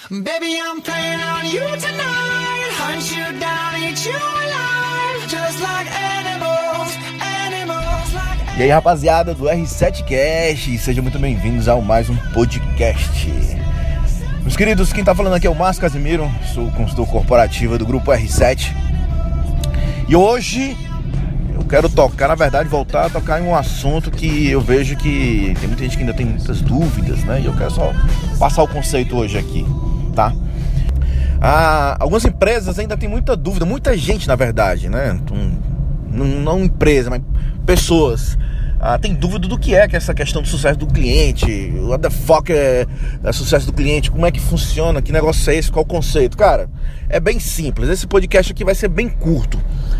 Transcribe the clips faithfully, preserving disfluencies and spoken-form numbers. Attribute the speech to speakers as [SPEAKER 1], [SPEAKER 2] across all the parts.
[SPEAKER 1] Baby, I'm playing on you tonight. Hunt you down, eat you alive. Just like animals, animals like...
[SPEAKER 2] E aí, rapaziada do R sete Cast, sejam muito bem-vindos a mais um podcast. Meus queridos, quem tá falando aqui é o Márcio Casimiro, sou consultor corporativo do Grupo R sete. E hoje eu quero tocar, na verdade, voltar a tocar em um assunto que eu vejo que tem muita gente que ainda tem muitas dúvidas, né? E eu quero só passar o conceito hoje aqui, tá? Ah, algumas empresas ainda tem muita dúvida, muita gente, na verdade, né? Não, não empresa, mas pessoas ah, tem dúvida do que é, que é essa questão do sucesso do cliente. What the fuck é, é sucesso do cliente? Como é que funciona? Que negócio é esse? Qual o conceito? Cara, é bem simples. Esse podcast aqui vai ser bem curto.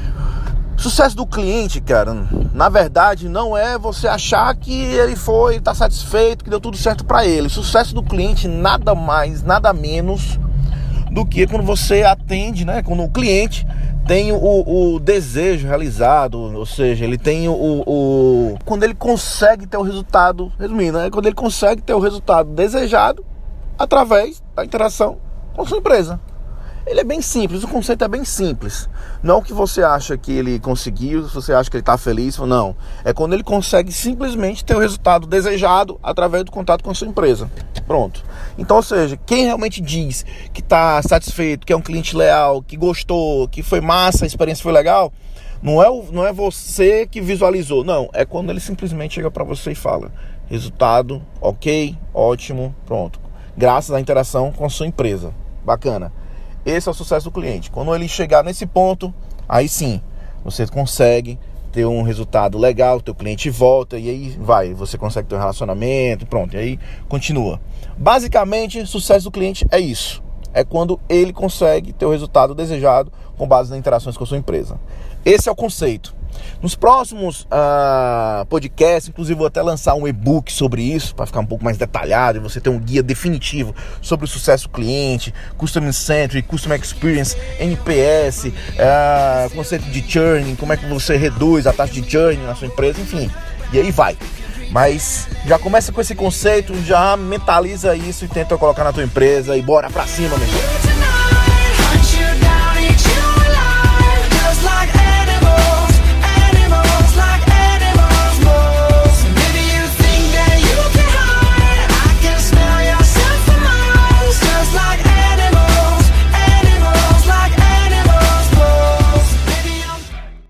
[SPEAKER 2] Sucesso do cliente, cara, na verdade não é você achar que ele foi, tá satisfeito, que deu tudo certo pra ele. Sucesso do cliente nada mais, nada menos do que quando você atende, né? Quando o cliente tem o, o desejo realizado, ou seja, ele tem o, o... Quando ele consegue ter o resultado, resumindo, né? Quando ele consegue ter o resultado desejado através da interação com a sua empresa. Ele é bem simples, o conceito é bem simples. Não que você acha que ele conseguiu, se você acha que ele está feliz, não. É quando ele consegue simplesmente ter o resultado desejado através do contato com a sua empresa. Pronto. Então, ou seja, quem realmente diz que está satisfeito, que é um cliente leal, que gostou, que foi massa, a experiência foi legal, não é, o, não é você que visualizou, não. É quando ele simplesmente chega para você e fala: resultado, ok, ótimo, pronto. Graças à interação com a sua empresa. Bacana. Esse é o sucesso do cliente. Quando ele chegar nesse ponto, aí sim, você consegue ter um resultado legal, o teu cliente volta e aí vai, você consegue ter um relacionamento, pronto, e aí continua. Basicamente, sucesso do cliente é isso. É quando ele consegue ter o resultado desejado com base nas interações com a sua empresa. Esse é o conceito. Nos próximos uh, podcasts, inclusive vou até lançar um e-book sobre isso, para ficar um pouco mais detalhado e você ter um guia definitivo sobre o sucesso do cliente, Customer Centric, Customer Experience, N P S, uh, conceito de churn, como é que você reduz a taxa de churn na sua empresa, enfim, e aí vai. Mas já começa com esse conceito, já mentaliza isso e tenta colocar na tua empresa e bora pra cima, meu irmão.